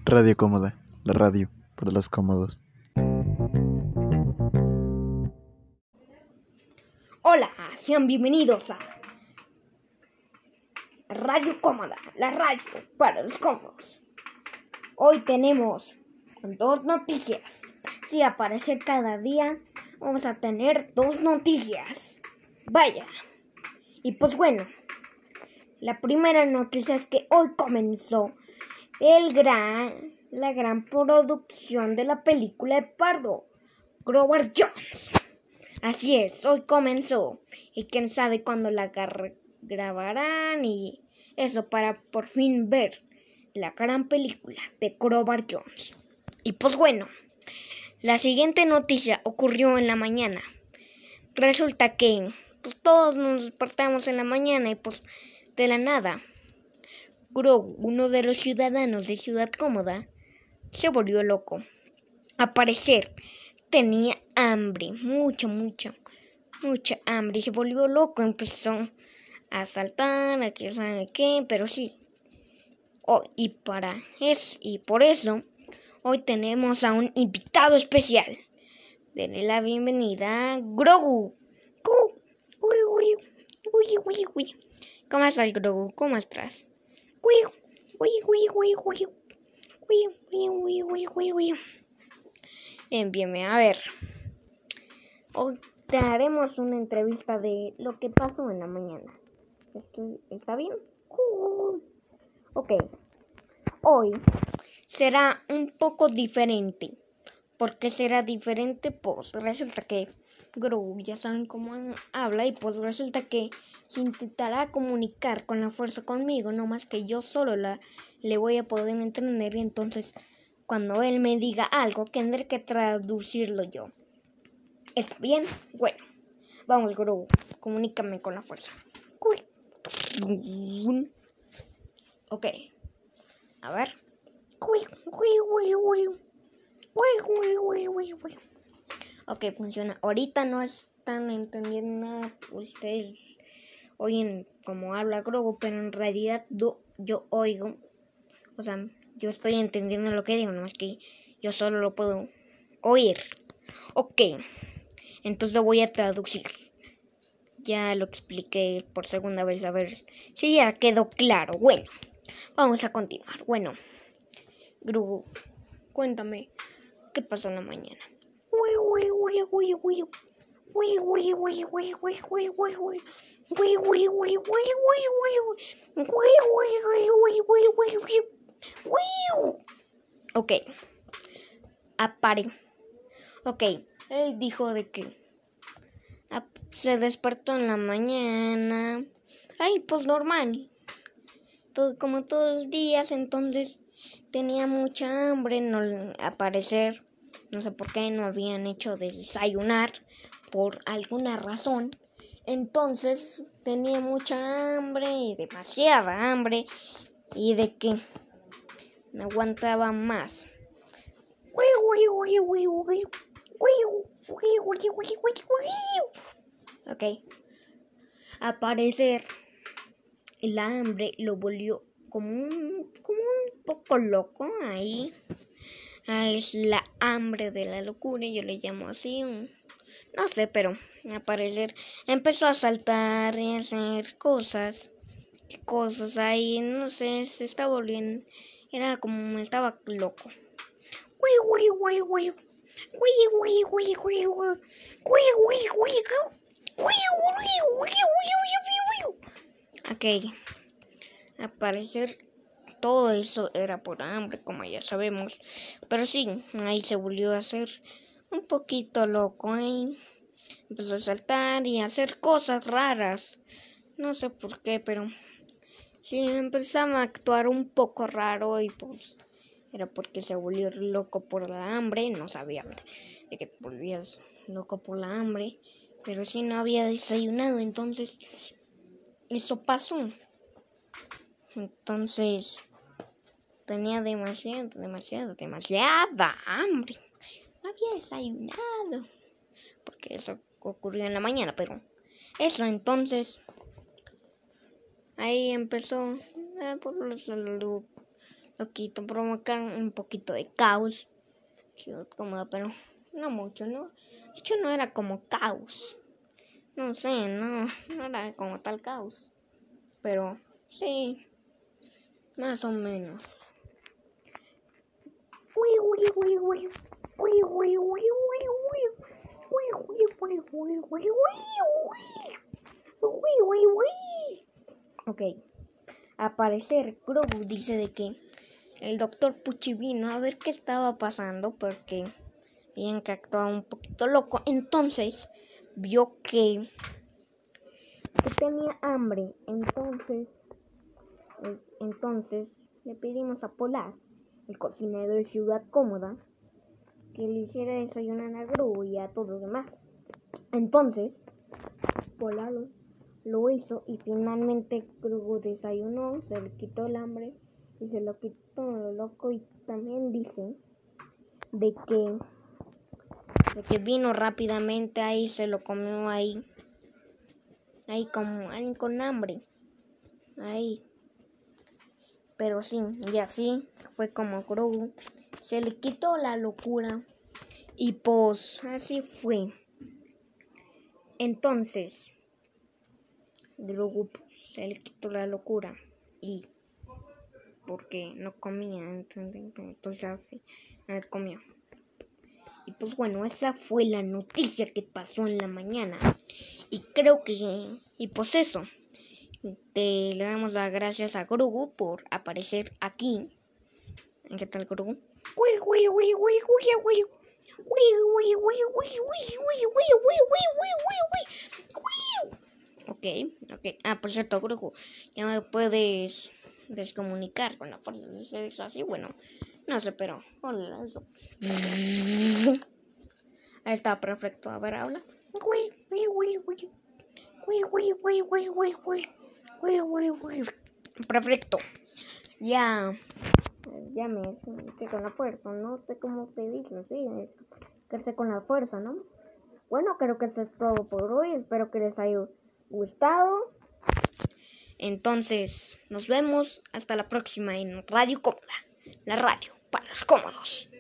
Radio Cómoda, la radio para los cómodos. Hola, sean bienvenidos a Radio Cómoda, la radio para los cómodos. Hoy tenemos dos noticias. Si aparece cada día, vamos a tener dos noticias. Vaya. Y pues bueno, la primera noticia es que hoy comenzó la gran producción de la película de Pardo, Grover Jones. Así es, hoy comenzó y quién sabe cuándo la grabarán y eso para por fin ver la gran película de Grover Jones. Y pues bueno, la siguiente noticia ocurrió en la mañana. Resulta que pues todos nos despertamos en la mañana y pues de la nada Grogu, uno de los ciudadanos de Ciudad Cómoda, se volvió loco. Al parecer tenía hambre, mucha hambre y se volvió loco. Empezó a saltar, a que sabe qué, pero sí. Y por eso hoy tenemos a un invitado especial. Denle la bienvenida a Grogu. ¿Cómo estás, Grogu? ¿Cómo estás? Bien, a ver. Hoy te haremos una entrevista de lo que pasó en la mañana. ¿Está bien? Ok. Hoy será un poco diferente. ¿Por qué será diferente? Pues resulta que Grogu ya saben cómo habla y pues resulta que se intentará comunicar con la fuerza conmigo, no más que yo solo le voy a poder entender y entonces cuando él me diga algo tendré que traducirlo yo. ¿Está bien? Bueno, vamos Grogu, comunícame con la fuerza. Ok, a ver. Ok, funciona. Ahorita no están entendiendo nada. Ustedes oyen cómo habla Grogu, pero en realidad yo oigo. O sea, yo estoy entendiendo lo que digo, no es que yo solo lo puedo oír. Ok, entonces lo voy a traducir. Ya lo expliqué por segunda vez, a ver si ya quedó claro. Bueno, vamos a continuar. Bueno, Grogu, cuéntame, ¿qué pasó en la mañana? Ok, apare. Ok, él dijo de que se despertó en la mañana. Ay, pues normal. Como todos los días, entonces tenía mucha hambre. No, al parecer, no sé por qué no habían hecho desayunar por alguna razón. Entonces tenía mucha hambre y demasiada hambre y de que no aguantaba más. Ok. Al parecer el hambre lo volvió como un poco loco ahí. Es la hambre de la locura, yo le llamo así. No sé, pero al parecer empezó a saltar y a hacer cosas ahí, no sé, se estaba volviendo, era como estaba loco. Ok, al parecer todo eso era por hambre, como ya sabemos, pero sí, ahí se volvió a hacer un poquito loco, ¿eh? Empezó a saltar y a hacer cosas raras, no sé por qué, pero sí empezaba a actuar un poco raro y pues era porque se volvió loco por la hambre. No sabía de que te volvías loco por la hambre, pero sí no había desayunado, entonces eso pasó. Entonces tenía demasiada hambre. No había desayunado porque eso ocurrió en la mañana, pero eso entonces ahí empezó por la salud loquito, provocar un poquito de caos. Ciudad Cómoda, pero no mucho, ¿no? De hecho, no era como caos. No sé, no era como tal caos. Pero sí, más o menos. Ok. Al parecer, Grogu dice de que el doctor Pucci vino a ver qué estaba pasando porque bien que actuaba un poquito loco. Entonces vio que tenía hambre. Entonces le pedimos a Polar, el cocinero de Ciudad Cómoda, que le hiciera desayunar a Grogu y a todos los demás. Entonces Polar lo hizo y finalmente Grogu desayunó, se le quitó el hambre y se lo quitó lo loco. Y también dice de que vino rápidamente ahí, se lo comió ahí como alguien con hambre, ahí. Pero sí, y así fue como Grogu se le quitó la locura y pues así fue. Entonces Grogu se le quitó la locura y porque no comía, entonces así no comió. Y pues bueno, esa fue la noticia que pasó en la mañana. Y creo que, y pues eso, le damos las gracias a Grogu por aparecer aquí. ¿Qué tal, Grogu? Ok. Ah, por cierto, Grogu, ya me puedes descomunicar con la fuerza. ¿Es así? Bueno, no sé, pero hola, eso. Ahí está, perfecto. A ver, habla. Perfecto. Ya me que con la fuerza, no sé cómo te dicen, sí, es con la fuerza, ¿no? Bueno, creo que eso es todo por hoy, espero que les haya gustado. Entonces, nos vemos hasta la próxima en Radio Cómoda, la radio para los cómodos.